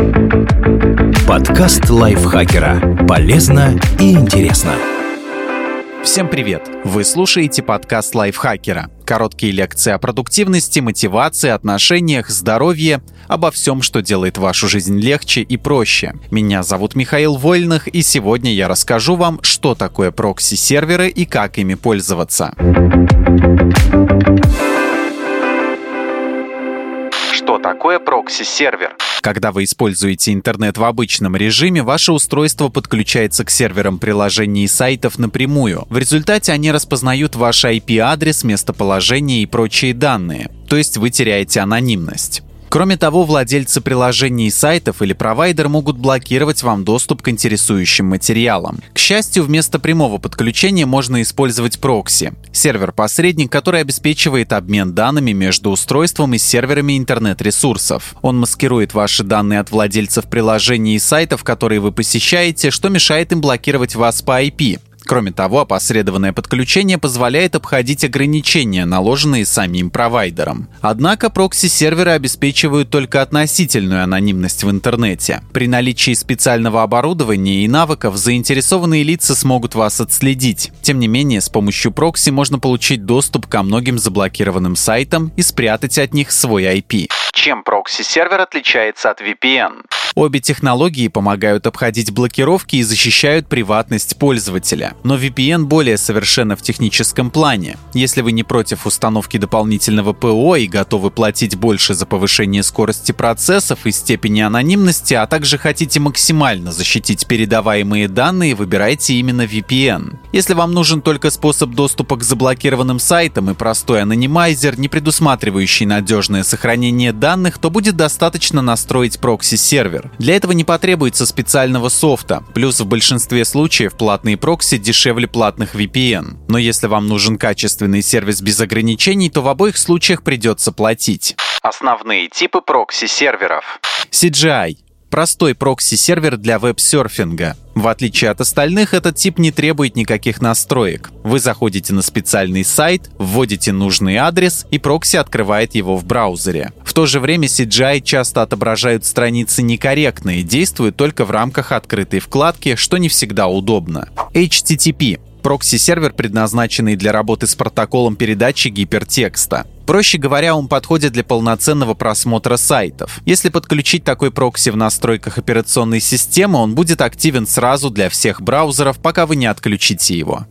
Подкаст лайфхакера. Полезно и интересно. Всем привет! Вы слушаете подкаст лайфхакера. Короткие лекции о продуктивности, мотивации, отношениях, здоровье, обо всем, что делает вашу жизнь легче и проще. Меня зовут Михаил Вольных, и сегодня я расскажу вам, что такое прокси-серверы и как ими пользоваться. Что такое прокси-сервер? Когда вы используете интернет в обычном режиме, ваше устройство подключается к серверам приложений и сайтов напрямую. В результате они распознают ваш IP-адрес, местоположение и прочие данные. То есть вы теряете анонимность. Кроме того, владельцы приложений и сайтов или провайдер могут блокировать вам доступ к интересующим материалам. К счастью, вместо прямого подключения можно использовать прокси – сервер-посредник, который обеспечивает обмен данными между устройством и серверами интернет-ресурсов. Он маскирует ваши данные от владельцев приложений и сайтов, которые вы посещаете, что мешает им блокировать вас по IP. Кроме того, опосредованное подключение позволяет обходить ограничения, наложенные самим провайдером. Однако прокси-серверы обеспечивают только относительную анонимность в интернете. При наличии специального оборудования и навыков заинтересованные лица смогут вас отследить. Тем не менее, с помощью прокси можно получить доступ ко многим заблокированным сайтам и спрятать от них свой IP. Чем прокси-сервер отличается от VPN? Обе технологии помогают обходить блокировки и защищают приватность пользователя. Но VPN более совершенна в техническом плане. Если вы не против установки дополнительного ПО и готовы платить больше за повышение скорости процессов и степени анонимности, а также хотите максимально защитить передаваемые данные, выбирайте именно VPN. Если вам нужен только способ доступа к заблокированным сайтам и простой анонимайзер, не предусматривающий надежное сохранение данных, то будет достаточно настроить прокси-сервер. Для этого не потребуется специального софта, плюс в большинстве случаев платные прокси дешевле платных VPN. Но если вам нужен качественный сервис без ограничений, то в обоих случаях придется платить. Основные типы прокси-серверов. CGI. Простой прокси-сервер для веб-серфинга. В отличие от остальных, этот тип не требует никаких настроек. Вы заходите на специальный сайт, вводите нужный адрес, и прокси открывает его в браузере. В то же время CGI часто отображают страницы некорректно и действуют только в рамках открытой вкладки, что не всегда удобно. HTTP. Прокси-сервер, предназначенный для работы с протоколом передачи гипертекста. Проще говоря, он подходит для полноценного просмотра сайтов. Если подключить такой прокси в настройках операционной системы, он будет активен сразу для всех браузеров, пока вы не отключите его.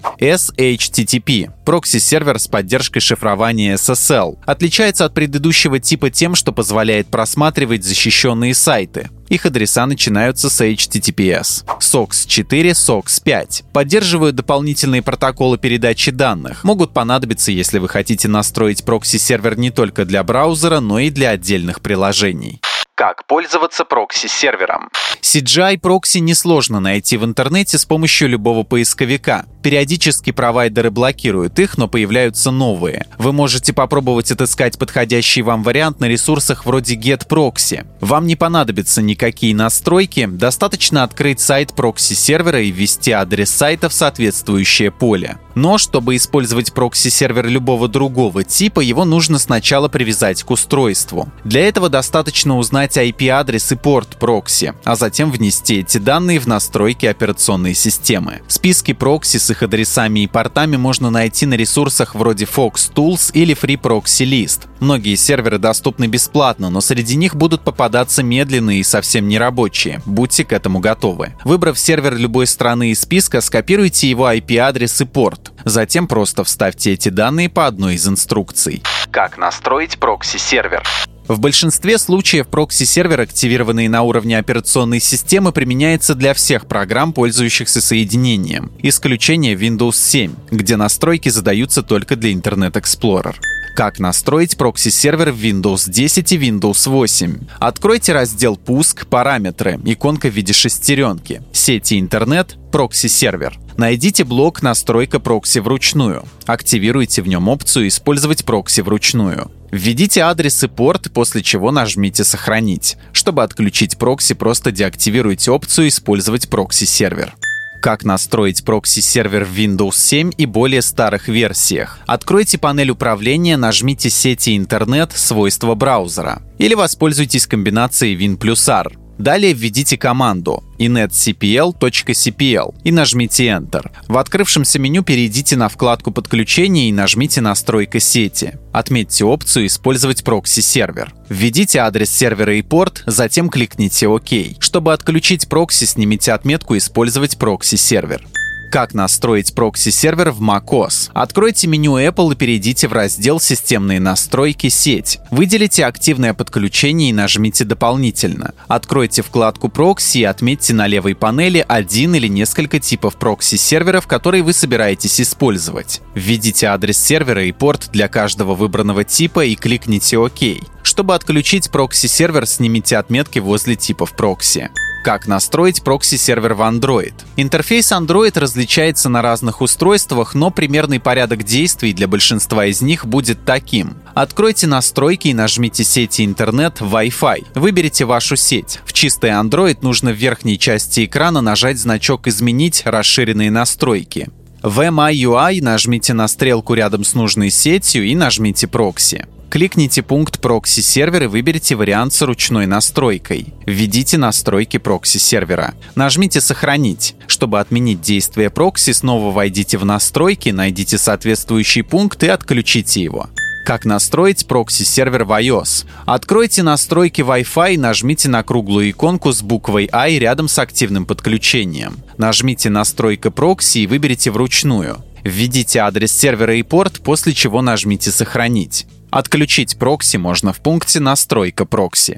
SHTTP – прокси-сервер с поддержкой шифрования SSL. Отличается от предыдущего типа тем, что позволяет просматривать защищенные сайты. Их адреса начинаются с HTTPS. SOX 4, SOX 5 поддерживают дополнительные протоколы передачи данных. Могут понадобиться, если вы хотите настроить прокси-сервер не только для браузера, но и для отдельных приложений. Как пользоваться прокси-сервером? CGI-прокси несложно найти в интернете с помощью любого поисковика. Периодически провайдеры блокируют их, но появляются новые. Вы можете попробовать отыскать подходящий вам вариант на ресурсах вроде GetProxy. Вам не понадобятся никакие настройки, достаточно открыть сайт прокси-сервера и ввести адрес сайта в соответствующее поле. Но чтобы использовать прокси-сервер любого другого типа, его нужно сначала привязать к устройству. Для этого достаточно узнать IP-адрес и порт прокси, а затем внести эти данные в настройки операционной системы. Списки прокси с их адресами и портами можно найти на ресурсах вроде Fox Tools или Free Proxy List. Многие серверы доступны бесплатно, но среди них будут попадаться медленные и совсем нерабочие. Будьте к этому готовы. Выбрав сервер любой страны из списка, скопируйте его IP-адрес и порт. Затем просто вставьте эти данные по одной из инструкций. Как настроить прокси-сервер? В большинстве случаев прокси-сервер, активированный на уровне операционной системы, применяется для всех программ, пользующихся соединением. Исключение Windows 7, где настройки задаются только для Internet Explorer. Как настроить прокси-сервер в Windows 10 и Windows 8? Откройте раздел «Пуск», «Параметры», иконка в виде шестеренки, «Сети интернет», «Прокси-сервер». Найдите блок «Настройка прокси вручную». Активируйте в нем опцию «Использовать прокси вручную». Введите адрес и порт, после чего нажмите «Сохранить». Чтобы отключить прокси, просто деактивируйте опцию «Использовать прокси-сервер». Как настроить прокси-сервер в Windows 7 и более старых версиях? Откройте панель управления, нажмите «Сети интернет», свойства браузера. Или воспользуйтесь комбинацией Win+R. Далее введите команду inetcpl.cpl и нажмите Enter. В открывшемся меню перейдите на вкладку подключения и нажмите «Настройка сети». Отметьте опцию «Использовать прокси-сервер». Введите адрес сервера и порт, затем кликните «Ок». Чтобы отключить прокси, снимите отметку «Использовать прокси-сервер». Как настроить прокси-сервер в macOS? Откройте меню Apple и перейдите в раздел «Системные настройки. Сеть». Выделите «Активное подключение» и нажмите «Дополнительно». Откройте вкладку «Прокси» и отметьте на левой панели один или несколько типов прокси-серверов, которые вы собираетесь использовать. Введите адрес сервера и порт для каждого выбранного типа и кликните «Ок». Чтобы отключить прокси-сервер, снимите отметки возле типов прокси. Как настроить прокси-сервер в Android? Интерфейс Android различается на разных устройствах, но примерный порядок действий для большинства из них будет таким. Откройте настройки и нажмите «Сети интернет Wi-Fi». Выберите вашу сеть. В чистой Android нужно в верхней части экрана нажать значок «Изменить. Расширенные настройки». В MIUI нажмите на стрелку рядом с нужной сетью и нажмите «Прокси». Кликните пункт «Прокси-сервер» и выберите вариант с ручной настройкой. Введите настройки прокси-сервера. Нажмите «Сохранить». Чтобы отменить действие прокси, снова войдите в настройки, найдите соответствующий пункт и отключите его. Как настроить прокси-сервер в iOS? Откройте настройки Wi-Fi и нажмите на круглую иконку с буквой I рядом с активным подключением. Нажмите «Настройка прокси» и выберите «Вручную». Введите адрес сервера и порт, после чего нажмите «Сохранить». Отключить прокси можно в пункте «Настройка прокси».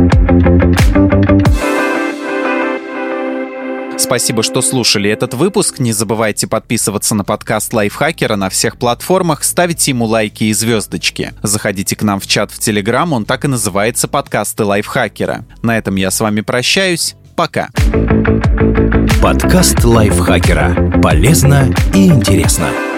Спасибо, что слушали этот выпуск. Не забывайте подписываться на подкаст Лайфхакера на всех платформах, ставить ему лайки и звездочки. Заходите к нам в чат в Telegram, он так и называется «Подкасты Лайфхакера». На этом я с вами прощаюсь. Пока. Подкаст Лайфхакера. Полезно и интересно.